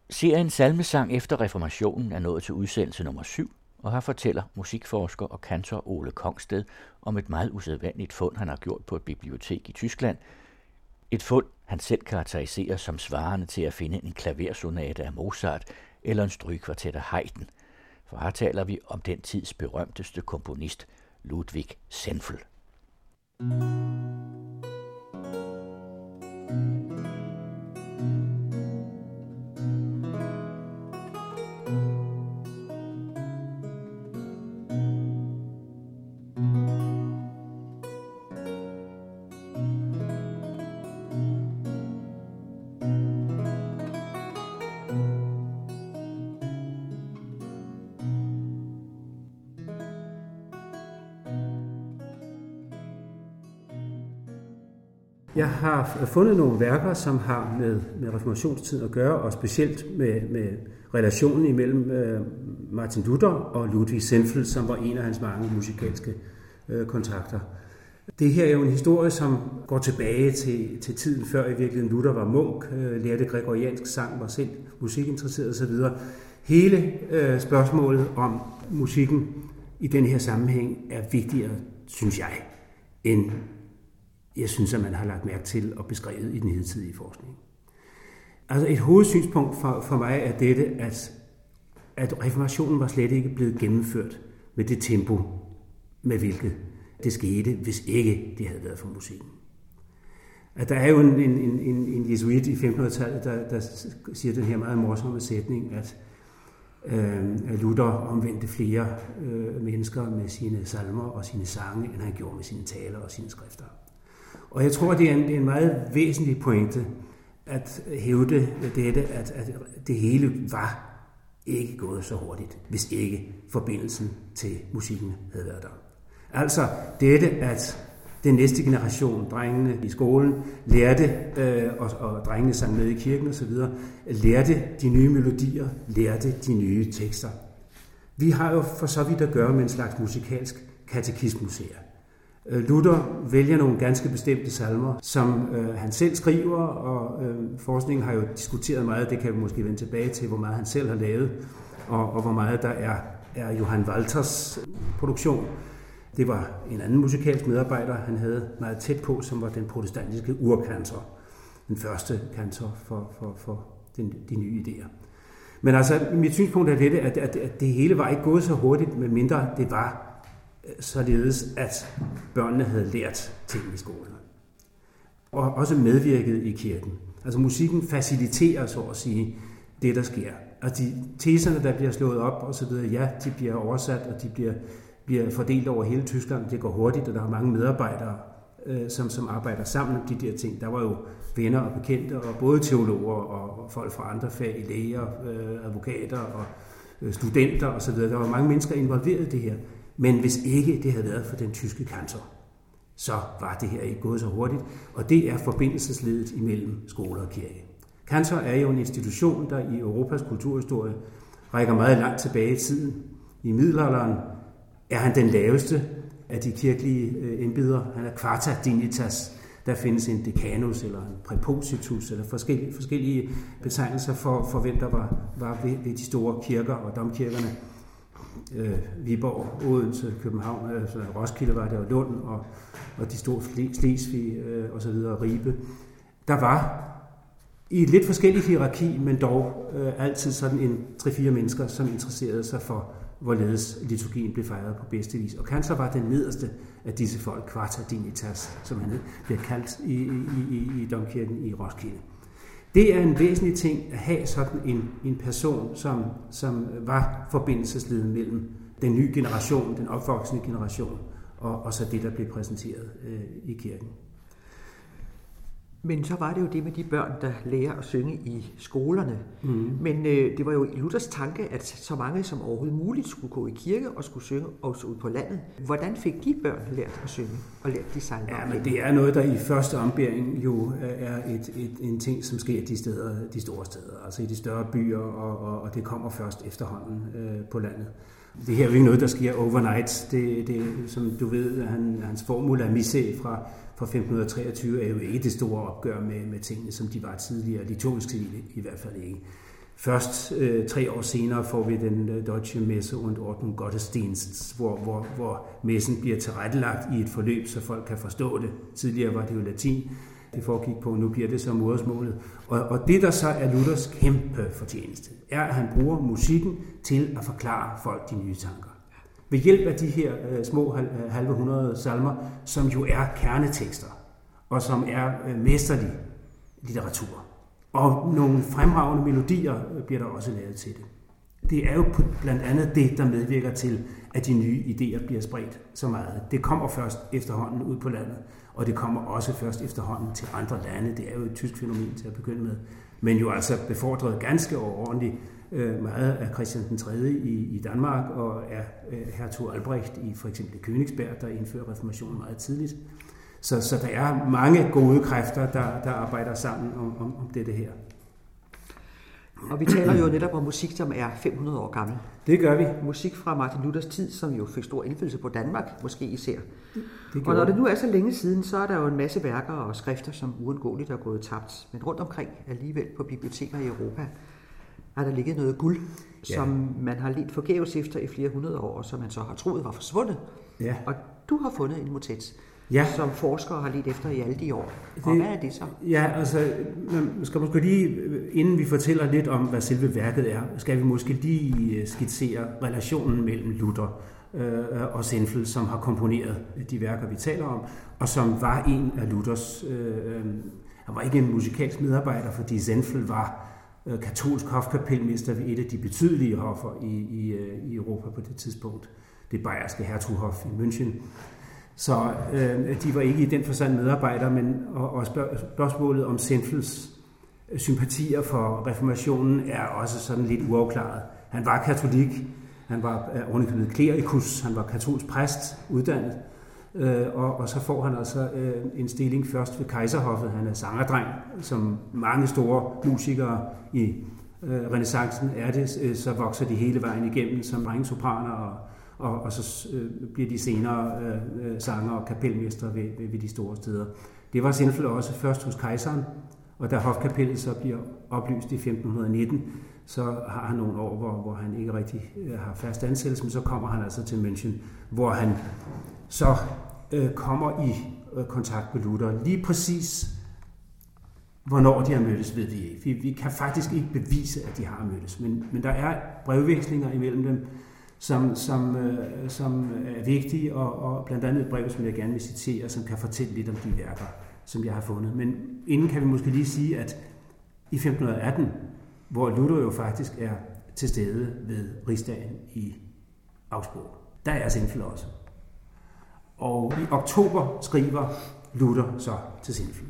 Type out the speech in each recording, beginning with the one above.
Serien Salmesang efter reformationen er nået til udsendelse nummer 7, og her fortæller musikforsker og kantor Ole Kongsted om et meget usædvanligt fund, han har gjort på et bibliotek i Tyskland. Et fund, han selv karakteriserer som svarende til at finde en klaversonate af Mozart eller en strygekvartet af Haydn. For her taler vi om den tids berømteste komponist, Ludwig Senfl. Jeg har fundet nogle værker, som har med reformationstiden at gøre, og specielt med relationen imellem Martin Luther og Ludwig Senfl, som var en af hans mange musikalske kontakter. Det her er jo en historie, som går tilbage til tiden før i virkeligheden Luther var munk, lærte gregoriansk sang, var selv musikinteresseret osv. Hele spørgsmålet om musikken i den her sammenhæng er vigtigere, synes jeg, end jeg synes, at man har lagt mærke til og beskrevet i den hidtidige forskning. Altså et hovedsynspunkt for mig er dette, at reformationen var slet ikke blevet gennemført med det tempo, med hvilket det skete, hvis ikke det havde været for musikken. At der er jo en jesuit i 1500-tallet, der siger den her meget morsomme sætning, at Luther omvendte flere mennesker med sine salmer og sine sange, end han gjorde med sine taler og sine skrifter. Og jeg tror, det er en meget væsentlig pointe at hævde dette, at det hele var ikke gået så hurtigt, hvis ikke forbindelsen til musikken havde været der. Altså dette, at den næste generation, drengene i skolen, lærte, og drengene sang med i kirken osv., lærte de nye melodier, lærte de nye tekster. Vi har jo for så vidt at gøre med en slags musikalsk katekismus her. Luther vælger nogle ganske bestemte salmer, som han selv skriver, og forskningen har jo diskuteret meget, det kan vi måske vende tilbage til, hvor meget han selv har lavet, og hvor meget der er Johann Walthers produktion. Det var en anden musikalsk medarbejder, han havde meget tæt på, som var den protestantiske urkantor, den første kantor for de nye idéer. Men altså, mit synspunkt er dette, at det hele var ikke gået så hurtigt, medmindre det var således, at børnene havde lært ting i skolen. Og også medvirket i kirken. Altså musikken faciliterer, så at sige, det der sker. Altså de teserne, der bliver slået op og så videre, ja, de bliver oversat, og de bliver fordelt over hele Tyskland. Det går hurtigt, og der er mange medarbejdere, som arbejder sammen om de der ting. Der var jo venner og bekendte, og både teologer og folk fra andre fag, læger, advokater og studenter og så videre. Der var mange mennesker involveret i det her. Men hvis ikke det havde været for den tyske kantor, så var det her ikke gået så hurtigt, og det er forbindelsesledet imellem skole og kirke. Kantor er jo en institution, der i Europas kulturhistorie rækker meget langt tilbage i tiden. I middelalderen er han den laveste af de kirkelige embeder. Han er quarta dignitas. Der findes en decanus eller en prepositus eller forskellige betegnelser for hvem der var ved de store kirker og domkirkerne. Viborg, Odense, København, altså Roskilde var der, og Lund og de store Slesvig og så videre, Ribe. Der var i et lidt forskelligt hierarki, men dog altid sådan en 3-4 mennesker, som interesserede sig for, hvorledes liturgien blev fejret på bedste vis. Og kantor var den nederste af disse folk, quarta dignitas, som han bliver kaldt i domkirken i Roskilde. Det er en væsentlig ting at have sådan en person, som var forbindelsesledet mellem den nye generation, den opvoksende generation, og så det, der blev præsenteret i kirken. Men så var det jo det med de børn, der lærer at synge i skolerne. Mm. Men det var jo Luthers tanke, at så mange som overhovedet muligt skulle gå i kirke og skulle synge også ud på landet. Hvordan fik de børn lært at synge og lært de sange? Ja, men det er noget, der i første ombæring jo er en ting, som sker de store steder, altså i de større byer, og det kommer først efterhånden på landet. Det her er jo ikke noget, der sker overnight. Det som du ved, hans formula Misse fra 1523 er jo ikke det store opgør med tingene, som de var tidligere, liturgisk i hvert fald ikke. Først 3 år senere får vi den Deutsche Messe und Ordnung Gottesdienst, hvor messen bliver tilrettelagt i et forløb, så folk kan forstå det. Tidligere var det jo latin, det foregik på, nu bliver det så modersmålet. Og det, der så er Luthers kæmpe fortjeneste, er, at han bruger musikken til at forklare folk de nye tanker. Ved hjælp af de her små halve 100 salmer, som jo er kernetekster, og som er mesterlig litteratur. Og nogle fremragende melodier bliver der også lavet til det. Det er jo blandt andet det, der medvirker til, at de nye idéer bliver spredt så meget. Det kommer først efterhånden ud på landet, og det kommer også først efterhånden til andre lande. Det er jo et tysk fænomen til at begynde med, men jo altså befordret ganske overordentligt meget af Christian den 3. i Danmark, og af hertug Albrecht i for eksempel Königsberg, der indfører reformationen meget tidligt. Så der er mange gode kræfter, der arbejder sammen om dette her. Og vi taler jo netop om musik, som er 500 år gammel. Det gør vi. Musik fra Martin Luthers tid, som jo fik stor indflydelse på Danmark, måske især. Og når det nu er så længe siden, så er der jo en masse værker og skrifter, som uundgåeligt er gået tabt. Men rundt omkring alligevel på biblioteker i Europa har der ligget noget guld, som man har lidt forgæves efter i flere hundrede år, og som man så har troet var forsvundet. Ja. Og du har fundet en motet, som forskere har lidt efter i alle de år. Og hvad er det så? Ja, altså, man skal måske lige, inden vi fortæller lidt om, hvad selve værket er, skal vi måske lige skitsere relationen mellem Luther og Senfel, som har komponeret de værker, vi taler om, og som var en af Luthers, han var ikke en musikalsk medarbejder, fordi Senfel var katolsk hofkapelmester ved et af de betydelige hoffer i Europa på det tidspunkt, det bayerske hertughof i München. Så de var ikke i den forstand medarbejdere, men og spørgsmålet om Senfels sympatier for reformationen er også sådan lidt uafklaret. Han var katolik, han var ovenikøbet klerikus, han var katolsk præst uddannet, og så får han altså en stilling først ved kejserhoffet. Han er sangerdreng, som mange store musikere i renæssancen er det, så vokser de hele vejen igennem som drengesopraner, og så bliver de senere sanger og kapelmestre ved de store steder. Det var Senfel også først hos kejseren, og da hofkapellet så bliver oplyst i 1519, så har han nogle år, hvor han ikke rigtig har fast ansættelse, men så kommer han altså til München, hvor han så kommer i kontakt med Luther. Lige præcis hvornår de har mødtes, ved vi ikke. Vi kan faktisk ikke bevise, at de har mødtes, men der er brevvekslinger imellem dem, som er vigtige, og blandt andet et brev, som jeg gerne vil citere, som kan fortælle lidt om de værker, som jeg har fundet. Men inden kan vi måske lige sige, at i 1518, hvor Luther jo faktisk er til stede ved rigsdagen i Augsburg, der er Senfel også. Og i oktober skriver Luther så til Senfel,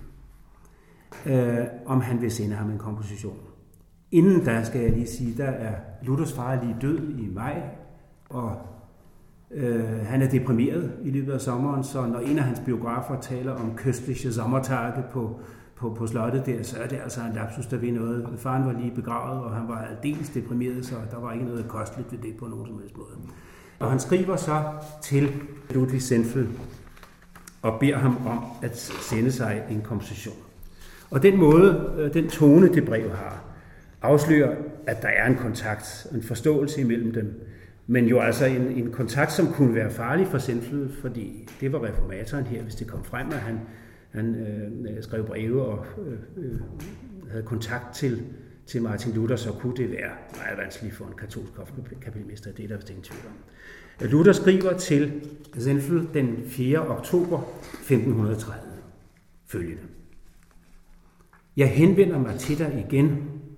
om han vil sende ham en komposition. Inden da skal jeg lige sige, der er Luthers far lige død i maj, og han er deprimeret i løbet af sommeren, så når en af hans biografer taler om köstliche Sommertage på slottet der, så er det altså en lapsus, der ved noget. Faren var lige begravet, og han var aldeles deprimeret, så der var ikke noget kosteligt ved det på nogen som helst måde. Og han skriver så til Ludwig Senfel og beder ham om at sende sig en komposition. Og den måde, den tone, det brev har, afslører, at der er en kontakt, en forståelse imellem dem, men jo altså en kontakt, som kunne være farlig for Senfel, fordi det var reformatoren her, hvis det kom frem, at han skrev breve og havde kontakt til Martin Luther, så kunne det være meget vanskeligt for en katolsk kapelmester, det er der vist ingen tvivl om. Luther skriver til Senfel den 4. oktober 1530 følgende. Jeg henvender mig til dig igen,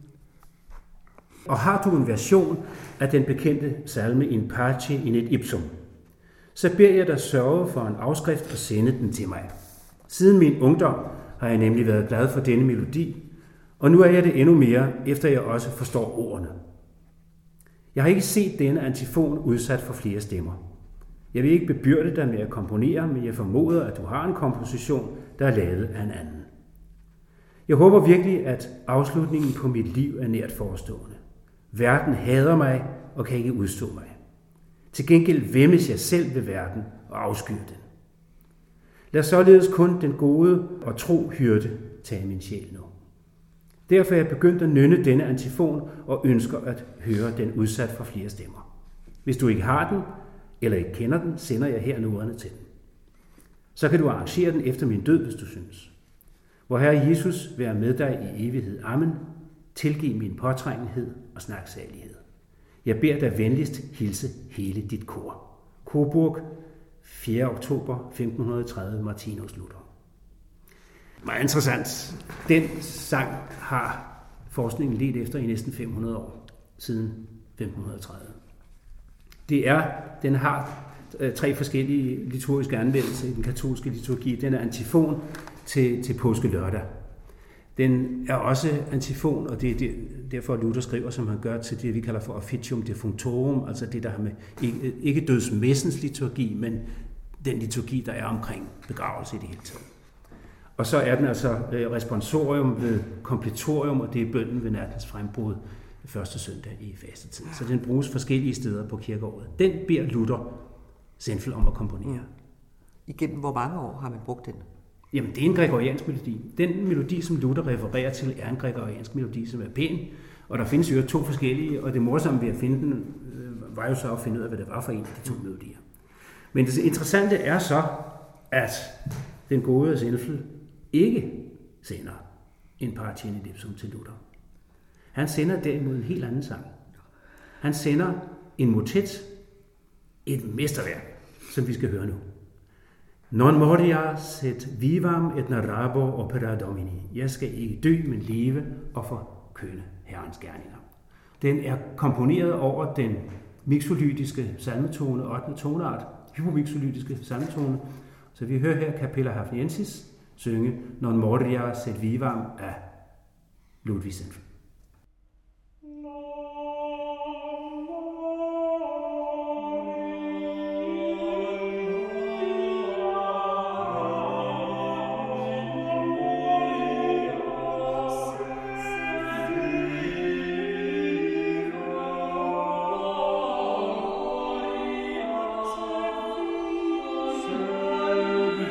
og har du en version af den bekendte salme In Pace in et Ipsum, så beder jeg dig sørge for en afskrift og sende den til mig. Siden min ungdom har jeg nemlig været glad for denne melodi, og nu er jeg det endnu mere, efter jeg også forstår ordene. Jeg har ikke set denne antifon udsat for flere stemmer. Jeg vil ikke bebyrde dig med at komponere, men jeg formoder, at du har en komposition, der er lavet af en anden. Jeg håber virkelig, at afslutningen på mit liv er nært forestående. Verden hader mig og kan ikke udstå mig. Til gengæld væmmes jeg selv ved verden og afskyr den. Lad således kun den gode og tro hyrde tage min sjæl nu. Derfor er jeg begyndt at nynne denne antifon og ønsker at høre den udsat fra flere stemmer. Hvis du ikke har den, eller ikke kender den, sender jeg her noderne til den. Så kan du arrangere den efter min død, hvis du synes. Vor Herre Jesus være med dig i evighed. Amen. Tilgiv min påtrængenhed og snaksalighed. Jeg beder dig venligst hilse hele dit kor. Coburg, 4. oktober 1530, Martinus Luther. Meget interessant. Den sang har forskningen ledt efter i næsten 500 år, siden 1530. Den har 3 forskellige liturgiske anvendelser i den katolske liturgi. Den er antifon til påske lørdag. Den er også antifon, og det er derfor Luther skriver, som han gør, til det, vi kalder for officium defunctorum, altså det, der har med ikke dødsmessens liturgi, men den liturgi, der er omkring begravelse i det hele taget. Og så er den altså responsorium ved completorium, og det er bønnen ved nattens frembrud første søndag i fastetiden. Så den bruges forskellige steder på kirkeåret. Den beder Luther Zenfel om at komponere. Igennem hvor mange år har man brugt den? Jamen, det er en gregoriansk melodi. Den melodi, som Luther refererer til, er en gregoriansk melodi, som er pæn. Og der findes jo 2 forskellige, og det morsomme ved at finde den, var jo så at finde ud af, hvad det var for en af de 2 melodier. Men det interessante er så, at den gode Zenfel ikke sender en Paraceni Lipsum til Luther. Han sender derimod en helt anden sang. Han sender en motet, et mesterværk, som vi skal høre nu. Non moria sed vivam et narrabo opera domini. Jeg skal ikke dø, men leve og forkynde Herrens gerninger. Den er komponeret over den mixolytiske salmetone, 8. toneart, hypomixolytiske salmetone. Så vi hører her Capella Hafniensis synge Non moria sed vivam af Ludwig Zenfel.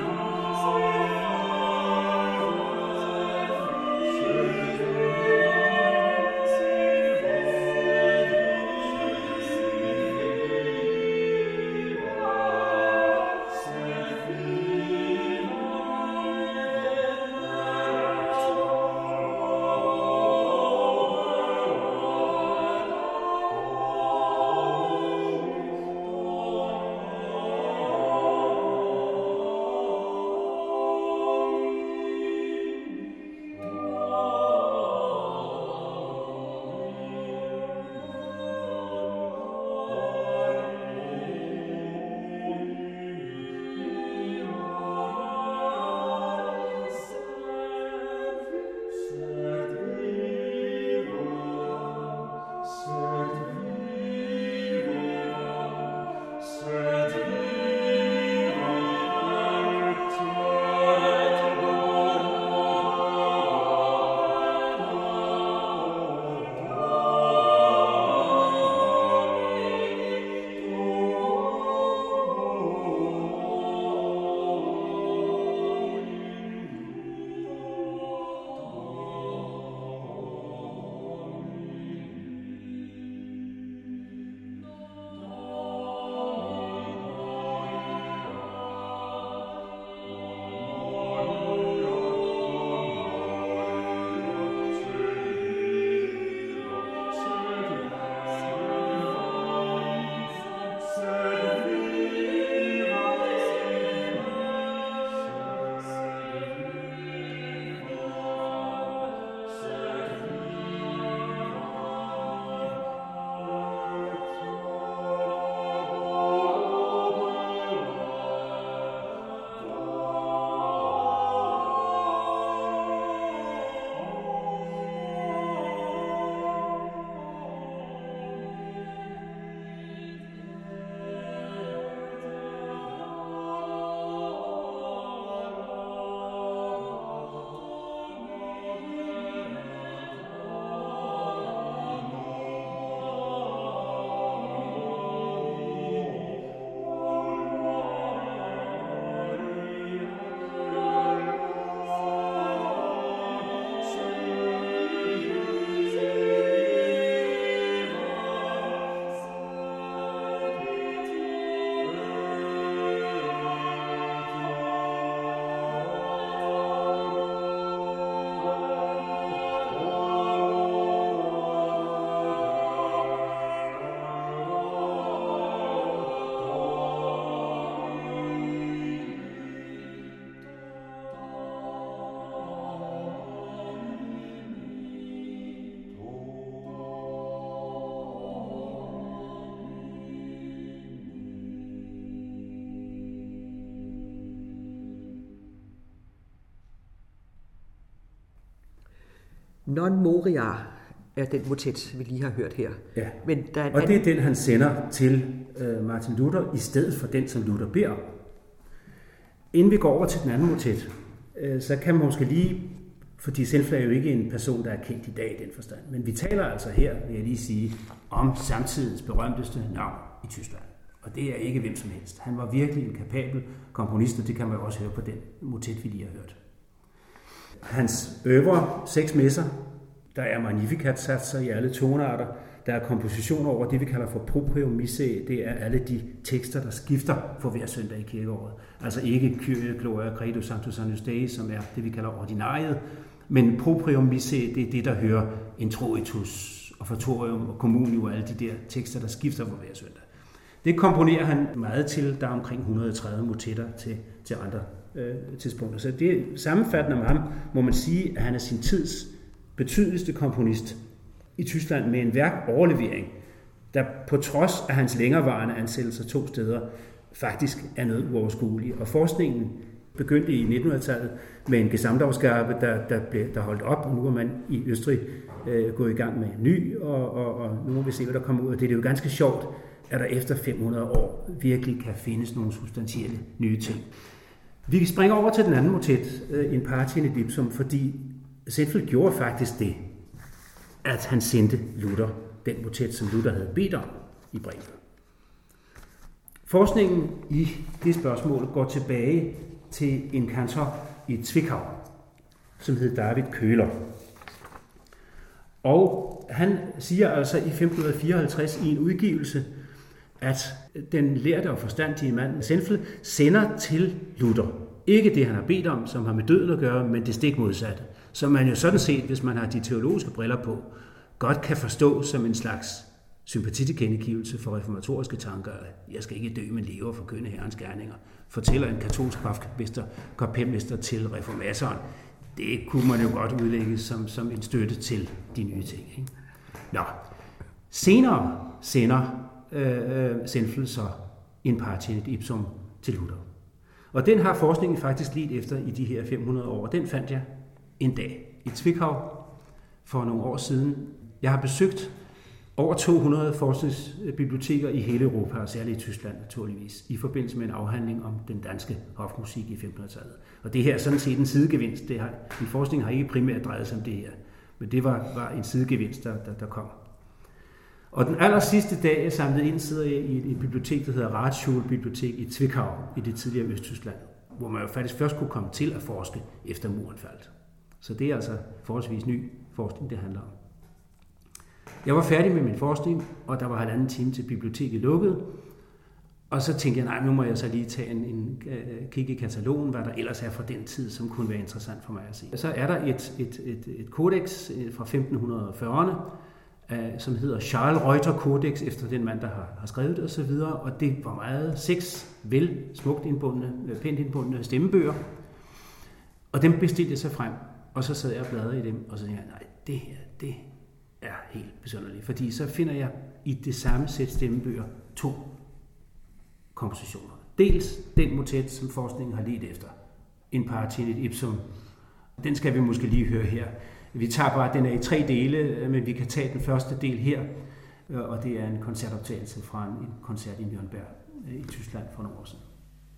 Amen. Non Moria er den motet, vi lige har hørt her. Ja, men der er og det er den, han sender til Martin Luther, i stedet for den, som Luther beder om. Inden vi går over til den anden motet, så kan man måske lige, fordi Senfl er jo ikke en person, der er kendt i dag i den forstand, men vi taler altså her, vil jeg lige sige, om samtidens berømteste navn i Tyskland. Og det er ikke hvem som helst. Han var virkelig en kapabel komponist, og det kan man jo også høre på den motet, vi lige har hørt. Hans øvre 6 messer, der er Magnificat-satser i alle tonarter, der er kompositioner over det, vi kalder for Proprium Missae, det er alle de tekster, der skifter for hver søndag i kirkeåret. Altså ikke Kyrie, Gloria, Credo, Sanctus, Agnus Dei, som er det, vi kalder ordinariet, men Proprium Missae, det er det, der hører Introitus og Fatorium og Communio og alle de der tekster, der skifter for hver søndag. Det komponerer han meget til. Der er omkring 130 motetter til andre tidspunkter. Så det er sammenfattende med ham, må man sige, at han er sin tids betydeligste komponist i Tyskland med en værkoverlevering, der på trods af hans længerevarende ansættelser 2 steder, faktisk er noget uoverskueligt. Og forskningen begyndte i 1900-tallet med en Gesamtausgabe, der holdt op, og nu er man i Østrig gået i gang med en ny, og nu må vi se, hvad der kommer ud af det. Det er jo ganske sjovt, at der efter 500 år virkelig kan findes nogle substantielle nye ting. Vi kan springe over til den anden motet, In Pace et Ipsum, fordi Senfl gjorde faktisk det, at han sendte Luther den motet, som Luther havde bedt om i brevet. Forskningen i det spørgsmål går tilbage til en kantor i Zwickau, som hed David Köhler. Og han siger altså i 1554 i en udgivelse, at den lærte og forstandige mand Senfl sender til Luther ikke det, han har bedt om, som har med døden at gøre, men det stik modsatte. Som man jo sådan set, hvis man har de teologiske briller på, godt kan forstå som en slags sympatitilkendegivelse for reformatoriske tanker. Jeg skal ikke dø, men leve og forkynde Herrens gerninger, fortæller en katolsk kapelmester til reformatoren. Det kunne man jo godt udlægge som en støtte til de nye ting. Ikke? Nå. Senere sender Senfl så In Pace et Ipsum til Luther. Og den har forskningen faktisk lidt efter i de her 500 år. Den fandt jeg en dag i Zwickau for nogle år siden. Jeg har besøgt over 200 forskningsbiblioteker i hele Europa, og særligt i Tyskland naturligvis, i forbindelse med en afhandling om den danske hofmusik i 1500-tallet. Og det her er sådan set en sidegevinst. Min forskning har ikke primært drejet sig om det her, men det var en sidegevinst, der kom. Og den aller sidste dag, jeg samlede ind, sidder jeg i et bibliotek, der hedder Ratschul-bibliotek i Zwickau, i det tidligere Østtyskland, hvor man jo faktisk først kunne komme til at forske efter muren faldt. Så det er altså forholdsvis ny forskning, det handler om. Jeg var færdig med min forskning, og der var 1,5 time til biblioteket lukket. Og så tænkte jeg, nu må jeg så lige tage en kig i katalogen, hvad der ellers er fra den tid, som kunne være interessant for mig at se. Så er der et kodex fra 1540'erne, som hedder Charles Reuter Codex, efter den mand, der har skrevet det osv., og det var meget 6 smukt indbundne, pænt indbundne stemmebøger, og dem bestilte jeg så frem, og så sad jeg og bladrede i dem, og så tænkte jeg, nej, det her, det er helt besynderligt, fordi så finder jeg i det samme sæt stemmebøger 2 kompositioner. Dels den motet, som forskningen har ledt efter, In Pace et Ipsum. Den skal vi måske lige høre her. Vi tager bare, den er i 3 dele, men vi kan tage den første del her, og det er en koncertoptagelse fra en koncert i Nürnberg i Tyskland for nogle år siden.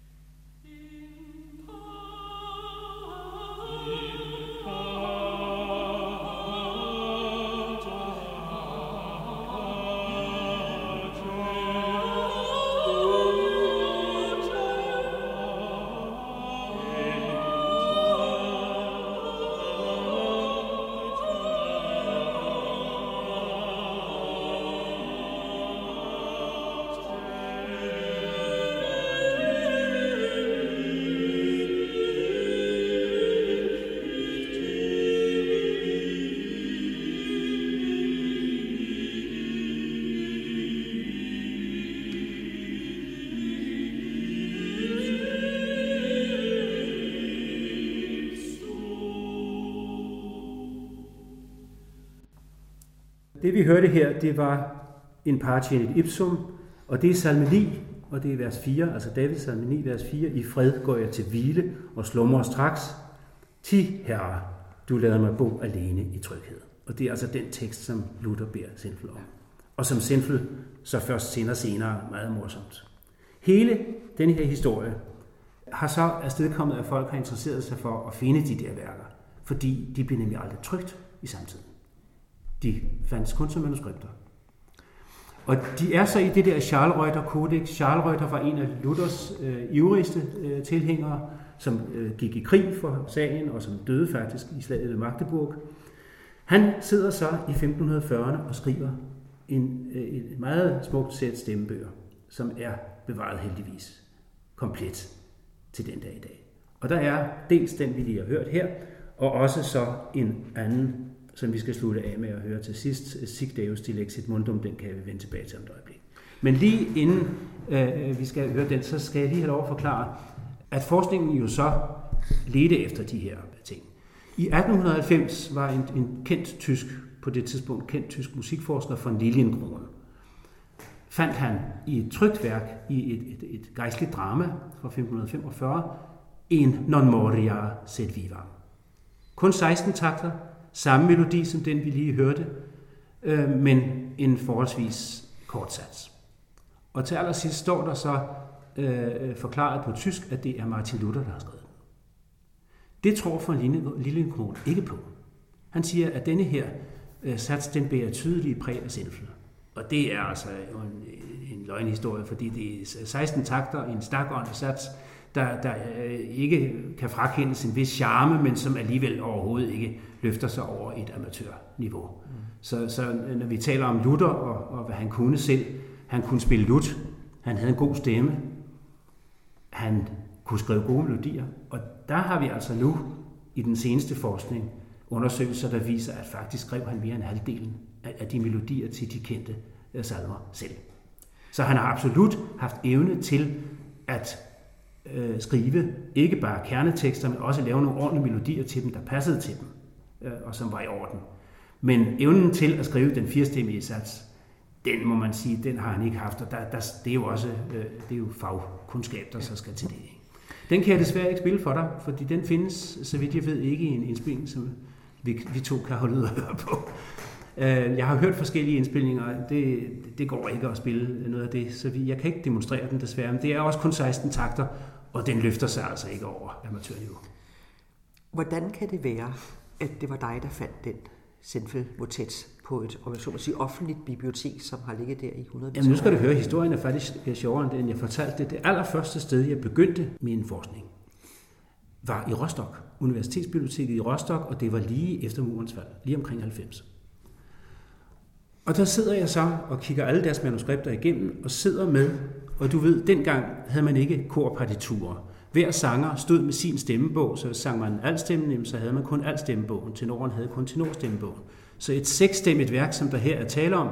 Det vi hørte her, det var In Pace et Ipsum, og det er salme 9, og det er vers 4, altså Davids salme 9, vers 4. I fred går jeg til hvile og slumrer straks. Ti, Herre, du lader mig bo alene i tryghed. Og det er altså den tekst, som Luther beder Zinfel om. Og som Zinfel så først senere meget morsomt. Hele denne her historie har så afstedkommet, at folk har interesseret sig for at finde de der værker, fordi de blev nemlig aldrig trykt i samtiden. De fandtes kun som manuskripter. Og de er så i det der Scharlreuter-kodex. Scharlreuter var en af Luthers ivrigste tilhængere, som gik i krig for sagen, og som døde faktisk i slaget ved Magdeburg. Han sidder så i 1540'erne og skriver et meget smukt sæt stemmebøger, som er bevaret heldigvis komplet til den dag i dag. Og der er dels den, vi lige har hørt her, og også så en anden, som vi skal slutte af med at høre til sidst, Sic Deus dilexit mundum, den kan vi vende tilbage til om et øjeblik. Men lige inden vi skal høre den, så skal jeg lige have lov at forklare, at forskningen jo så ledte efter de her ting. I 1890 var en kendt tysk, på det tidspunkt kendt tysk musikforsker von Liliencron, fandt han i et trykt værk i et gejstligt drama fra 1545, en non moria sed viva. Kun 16 takter, samme melodi som den, vi lige hørte, men en forholdsvis kort sats. Og til allersidst står der så forklaret på tysk, at det er Martin Luther, der har skrevet den. Det tror von Liliencron ikke på. Han siger, at denne her sats, den bærer tydelige præg af Zinfel. Og det er altså en løgnhistorie, fordi det er 16 takter i en stakåndet sats, der ikke kan frakendes en vis charme, men som alligevel overhovedet ikke løfter sig over et amatørniveau. Så når vi taler om Luther og hvad han kunne selv, han kunne spille lut, han havde en god stemme, han kunne skrive gode melodier, og der har vi altså nu i den seneste forskning undersøgelser, der viser, at faktisk skrev han mere end halvdelen af de melodier til de kendte salmer selv. Så han har absolut haft evne til at skrive ikke bare kernetekster, men også lave nogle ordentlige melodier til dem, der passede til dem, og som var i orden. Men evnen til at skrive den firestemmige sats, den må man sige, den har han ikke haft, og det er jo også det er jo fagkundskab, der så skal til det. Den kan jeg desværre ikke spille for dig, fordi den findes, så vidt jeg ved, ikke i en indspilning, som vi to kan holde ud og høre på. Jeg har hørt forskellige indspilninger, det går ikke at spille noget af det, så jeg kan ikke demonstrere den desværre, men det er også kun 16 takter, og den løfter sig altså ikke over amatørniveau. Hvordan kan det være, at det var dig, der fandt den Zinfel-motet på et, om jeg så må sige, offentligt bibliotek, som har ligget der i 100 år? Jamen, nu skal du høre, historien er faktisk sjovere, end jeg fortalte det. Det allerførste sted, jeg begyndte min forskning, var i Rostock, Universitetsbiblioteket i Rostock, og det var lige efter murens fald, lige omkring 90. Og der sidder jeg så og kigger alle deres manuskripter igennem, og sidder med, og du ved, dengang havde man ikke korpartiturer. Hver sanger stod med sin stemmebog, så sang man altstemmen, så havde man kun altstemmebogen. Tenoren havde kun tenorstemmebogen. Så et seksstemmigt værk, som der her er tale om,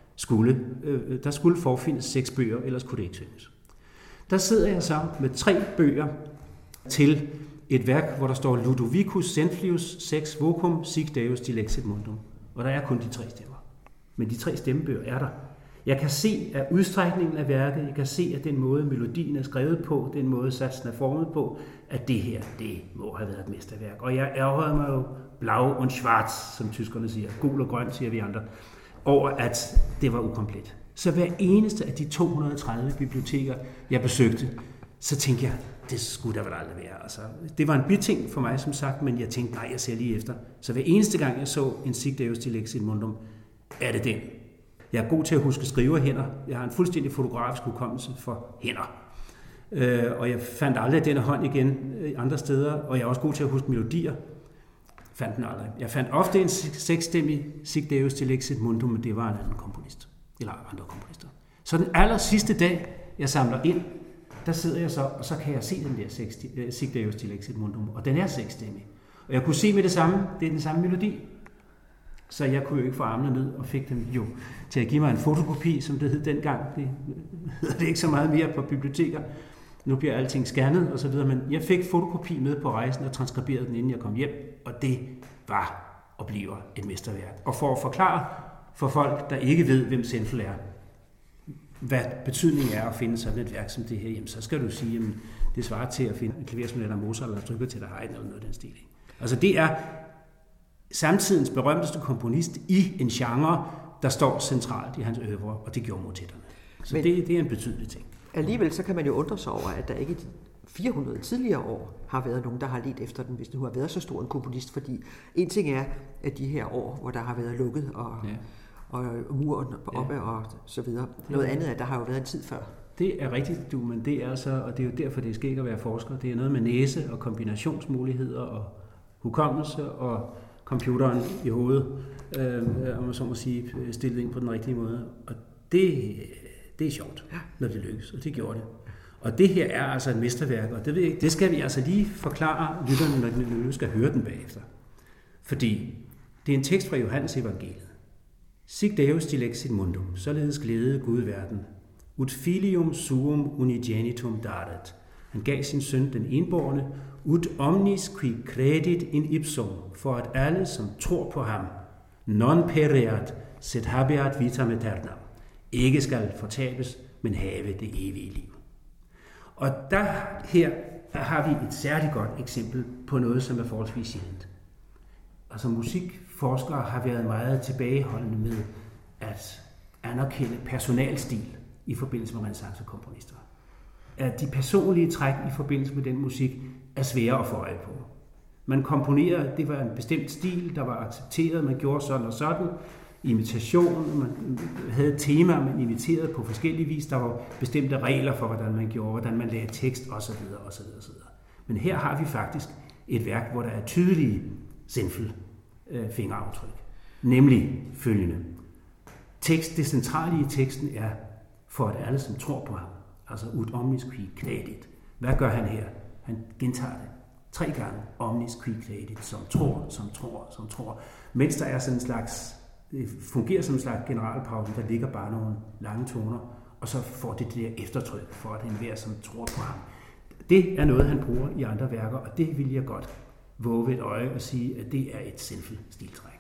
der skulle forfindes 6 bøger, ellers kunne det ikke synges. Der sidder jeg så med 3 bøger til et værk, hvor der står Ludovicus Zenflius 6 vocum sic Deus dilexit mundum. Og der er kun de 3 stemmer. Men de 3 stemmebøger er der. Jeg kan se af udstrækningen af værket, jeg kan se af den måde, melodien er skrevet på, den måde, satsen er formet på, at det her, det må have været et mesterværk. Og jeg ærger mig jo blau und schwarz, som tyskerne siger, gul og grøn, siger vi andre, over at det var ukomplet. Så hver eneste af de 230 biblioteker, jeg besøgte, så tænkte jeg, det skulle der vel aldrig være. Altså, det var en biting for mig, som sagt, men jeg tænkte, nej, jeg ser lige efter. Så hver eneste gang, jeg så en Sic Deus dilexit mundum, er det den. Jeg er god til at huske skriverhænder. Jeg har en fuldstændig fotografisk hukommelse for hænder. Og jeg fandt aldrig denne hånd igen andre steder, og jeg er også god til at huske melodier. Fandt den aldrig. Jeg fandt ofte en seksstemmig Sic Deus dilexit mundum, men det var en anden komponist. Eller andre komponister. Så den aller sidste dag, jeg samler ind, der sidder jeg så, og så kan jeg se den der Sic Deus dilexit mundum, og den er seksstemmig. Og jeg kunne se med det samme, det er den samme melodi. Så jeg kunne jo ikke få armene ned og fik dem jo til at give mig en fotokopi, som det hed dengang. Det hedder det ikke så meget mere på biblioteker. Nu bliver alting scannet og så videre, men jeg fik fotokopi med på rejsen og transkriberede den, inden jeg kom hjem, og det var og bliver et mesterværk. Og for at forklare for folk, der ikke ved, hvem Zinfel er, hvad betydningen er at finde sådan et værk som det her, jamen, så skal du sige, at det svarer til at finde en klaversonatet af Mozart eller Stryger til der Haydn eller noget af den stil. Altså det er samtidens berømteste komponist i en genre, der står centralt i hans øvre, og det gjorde motetterne. Så det er en betydelig ting. Alligevel så kan man jo undre sig over, at der ikke i de 400 tidligere år har været nogen, der har ledt efter den, hvis det nu har været så stor en komponist. Fordi en ting er, at de her år, hvor der har været lukket og muren oppe og så videre. Noget andet er, at der har jo været en tid før. Det er rigtigt, men det er altså, og det er jo derfor, det er skægt at være forsker. Det er noget med næse og kombinationsmuligheder og hukommelse og computeren i hovedet, om man så må sige, stillet ind på den rigtige måde. Og det er sjovt, når det lykkes, og det gjorde det. Og det her er altså et mesterværk, og det skal vi altså lige forklare lytterne, når de nu skal høre den bagefter. Fordi det er en tekst fra Johannes evangeliet. Sic Deus dilexit mundum, således glædede Gud verden. Ut filium suum unigenitum daret. Han gav sin søn den enbårne, ut omnis qui credit in ipsum, for at alle, som tror på ham, non pereat, sed habeat vitam aeternam, ikke skal fortabes, men have det evige liv. Og her har vi et særligt godt eksempel på noget, som er forholdsvis sjældent. Altså musikforskere har været meget tilbageholdende med at anerkende personalstil i forbindelse med renæssancekomponister. At de personlige træk i forbindelse med den musik er svære at få øje på. Man komponerede, det var en bestemt stil, der var accepteret, man gjorde sådan og sådan, imitation, man havde et tema, man imiterede på forskellige vis, der var bestemte regler for, hvordan man gjorde, hvordan man lagde tekst osv. osv. Men her har vi faktisk et værk, hvor der er tydelige sinful fingeraftryk, nemlig følgende. Det centrale i teksten er, for at alle, som tror på ham, altså ut omnis qui credit. Hvad gør han her? Han gentager det 3 gange, omnis qui credit, som tror, mens der er sådan en slags, det fungerer som en slags generalpause, der ligger bare nogle lange toner, og så får det der eftertryk for, at enhver, som tror på ham. Det er noget, han bruger i andre værker, og det vil jeg godt våge et øje og sige, at det er et sinful stiltræk.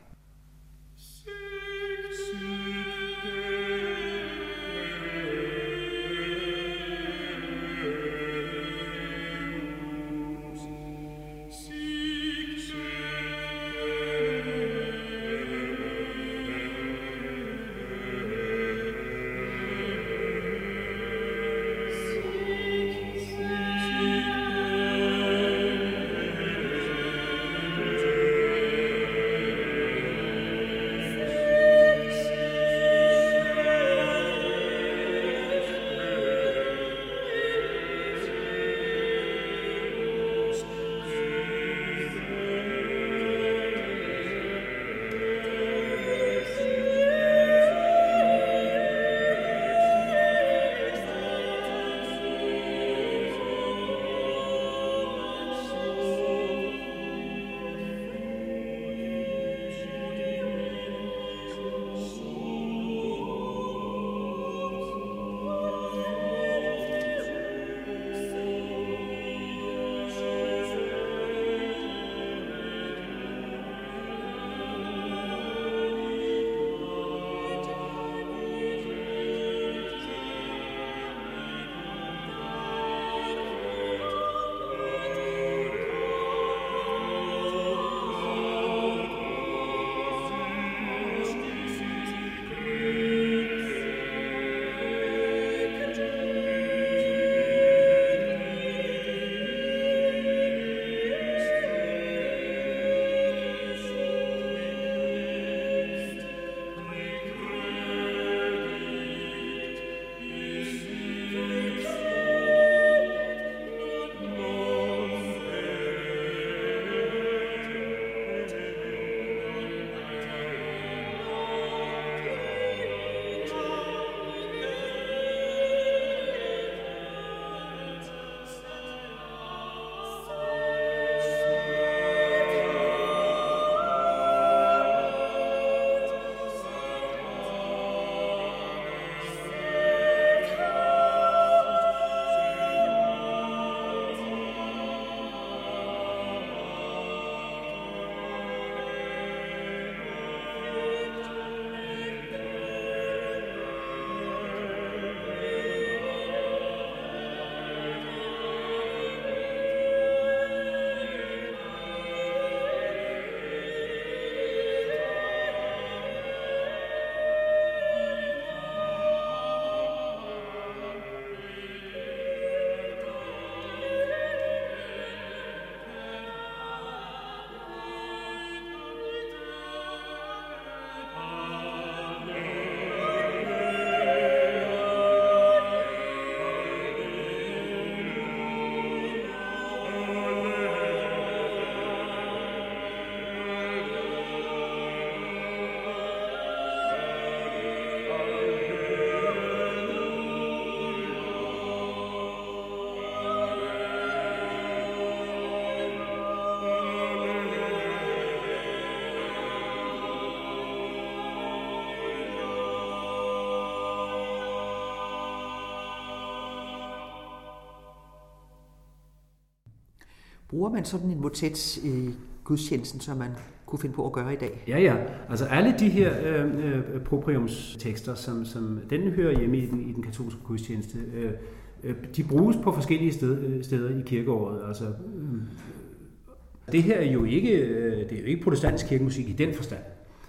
Bruger man sådan en motet i gudstjenesten, som man kunne finde på at gøre i dag? Ja. Altså alle de her propriumstekster, som den hører hjemme i den katolske gudstjeneste, de bruges på forskellige steder i kirkeåret. Altså, det her er jo ikke protestantisk kirkemusik i den forstand.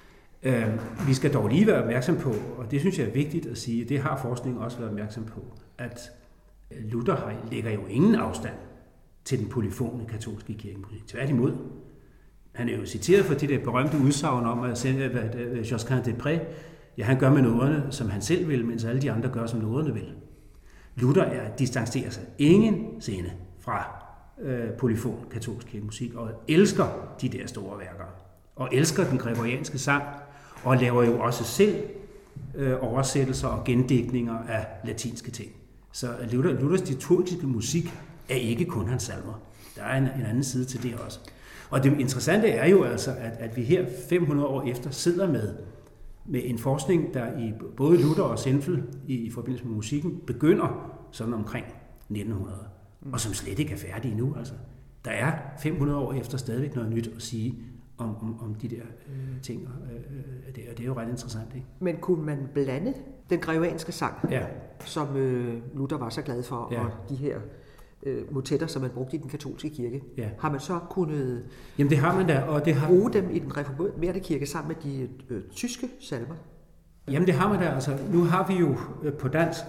Vi skal dog lige være opmærksom på, og det synes jeg er vigtigt at sige, det har forskningen også været opmærksom på, at Luther lægger jo ingen afstand til den polyfone katolske kirkemusik. Tværtimod. Han er jo citeret for det der berømte udsagn om, at Josquin des Prés, han gør med noderne, som han selv vil, mens alle de andre gør, som noderne vil. Luther distancerer sig ingensinde fra polyfon katolsk kirkemusik, og elsker de der store værker, og elsker den gregorianske sang, og laver jo også selv oversættelser og gendigtninger af latinske ting. Så Luthers liturgiske musik er ikke kun hans salmer. Der er en anden side til det også. Og det interessante er jo altså, at vi her 500 år efter sidder med en forskning, der i både Luther og Zinfel i forbindelse med musikken begynder sådan omkring 1900, og som slet ikke er færdig endnu. Altså, der er 500 år efter stadigvæk noget nyt at sige om de der ting, og det er jo ret interessant, ikke? Men kunne man blande den gregorianske sang, som Luther var så glad for, og de her motetter, som man brugte i den katolske kirke, har man så kunnet det har man da, og bruge dem i den reformerede kirke sammen med de tyske salmer? Jamen det har man da. Altså, nu har vi jo på dansk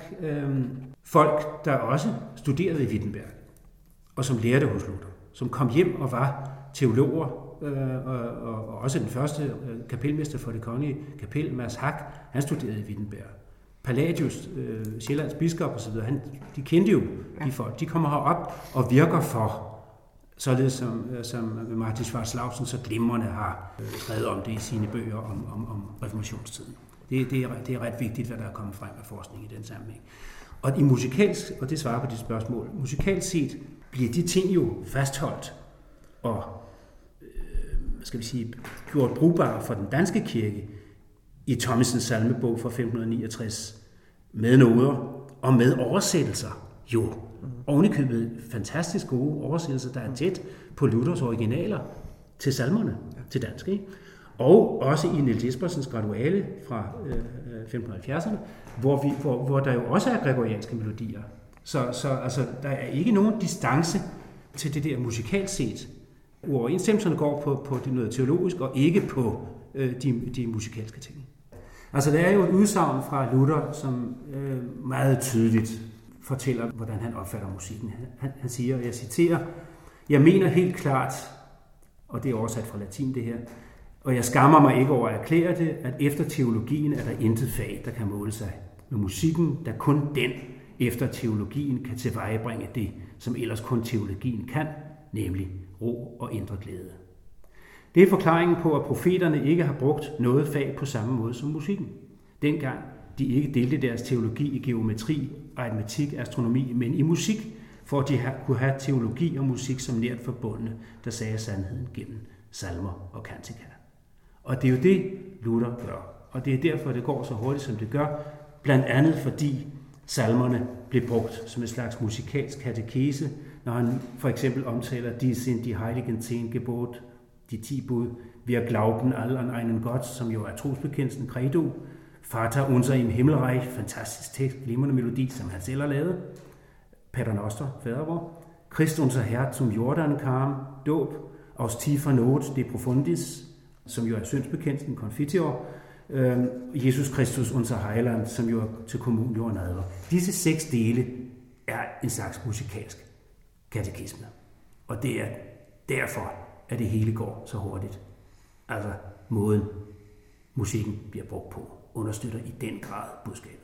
folk, der også studerede i Wittenberg, og som lærte hos Luther, som kom hjem og var teologer, og også den første kapelmester for det kongelige kapel, Mads Hack, han studerede i Wittenberg. Palladius, Sjællands biskop osv., de kendte jo de folk. De kommer herop og virker for, således som Martin Schwarz-Lausen så glimrende har skrevet om det i sine bøger om reformationstiden. Det er ret vigtigt, hvad der er kommet frem af forskning i den sammenhæng. Og i musikalsk, og det svarer på dit spørgsmål, musikalt set bliver de ting jo fastholdt og gjort brugbare for den danske kirke i Thomasens salmebog fra 1569 med noder og med oversættelser. Jo, ovenikøbet fantastisk gode oversættelser, der er tæt på Luthers originaler til salmerne, til dansk, ikke? Og også i Niels Jespersens graduale fra 1570'erne, hvor der jo også er gregorianske melodier. Så altså, der er ikke nogen distance til det der musikalt set. Uoverensstemmelserne går på det noget teologisk, og ikke på de musikalske ting. Altså, der er jo et udsagn fra Luther, som meget tydeligt fortæller, hvordan han opfatter musikken. Han siger, og jeg citerer, jeg mener helt klart, og det er oversat fra latin det her, og jeg skammer mig ikke over at erklære det, at efter teologien er der intet fag, der kan måle sig med musikken, da kun den efter teologien kan tilvejebringe det, som ellers kun teologien kan, nemlig ro og indre glæde. Det er forklaringen på, at profeterne ikke har brugt noget fag på samme måde som musikken. Dengang de ikke delte deres teologi i geometri, aritmetik, astronomi, men i musik, for at de kunne have teologi og musik som nært forbundne, der sagde sandheden gennem salmer og kantika. Og det er jo det, Luther gør. Og det er derfor, det går så hurtigt, som det gør. Blandt andet fordi salmerne blev brugt som en slags musikalsk katekese, når han for eksempel omtaler die sind die heiligen 10 Gebot, de 10 bud, wir glauben alle an einen Gott, som jo er trosbekendelsen credo, Vater unser im Himmelreich, fantastisk tekst, glimrende melodi, som han selv har lavet, Pater Noster, fadervor, Christ unser Herr zum Jordan kam, dåb, aus tiefer Not de profundis, som jo er syndsbekendelsen, Confiteor, Jesus Kristus unser Heiland, som jo er til communio og nadver. Disse 6 dele er en slags musikalsk katekisme. Og det er derfor, at det hele går så hurtigt. Altså måden musikken bliver brugt på, understøtter i den grad budskabet.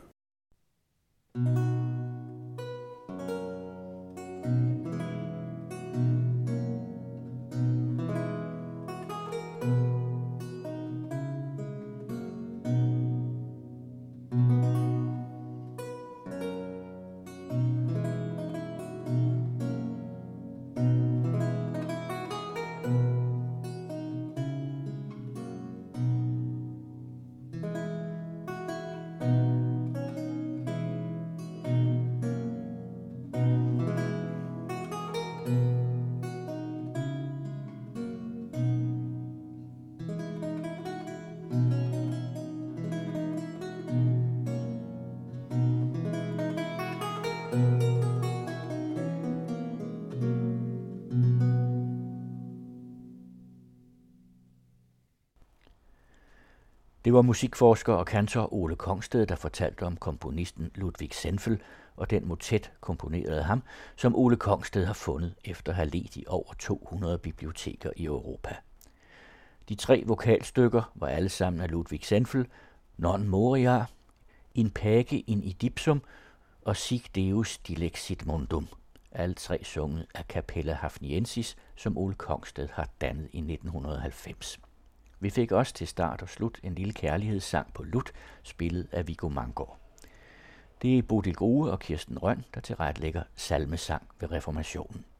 Det var musikforsker og kantor Ole Kongsted, der fortalte om komponisten Ludwig Senfl og den motet komponerede ham, som Ole Kongsted har fundet efter at have ledt i over 200 biblioteker i Europa. De 3 vokalstykker var alle sammen af Ludwig Senfl, Non Moria, In Page in Idipsum og Sic Deus Dilexit Mundum, alle 3 sunget af Capella Hafniensis, som Ole Kongsted har dannet i 1990. Vi fik også til start og slut en lille kærlighedssang på lut, spillet af Viggo Manggaard. Det er Bodil Grue og Kirsten Rønn, der tilrettelægger salmesang ved reformationen.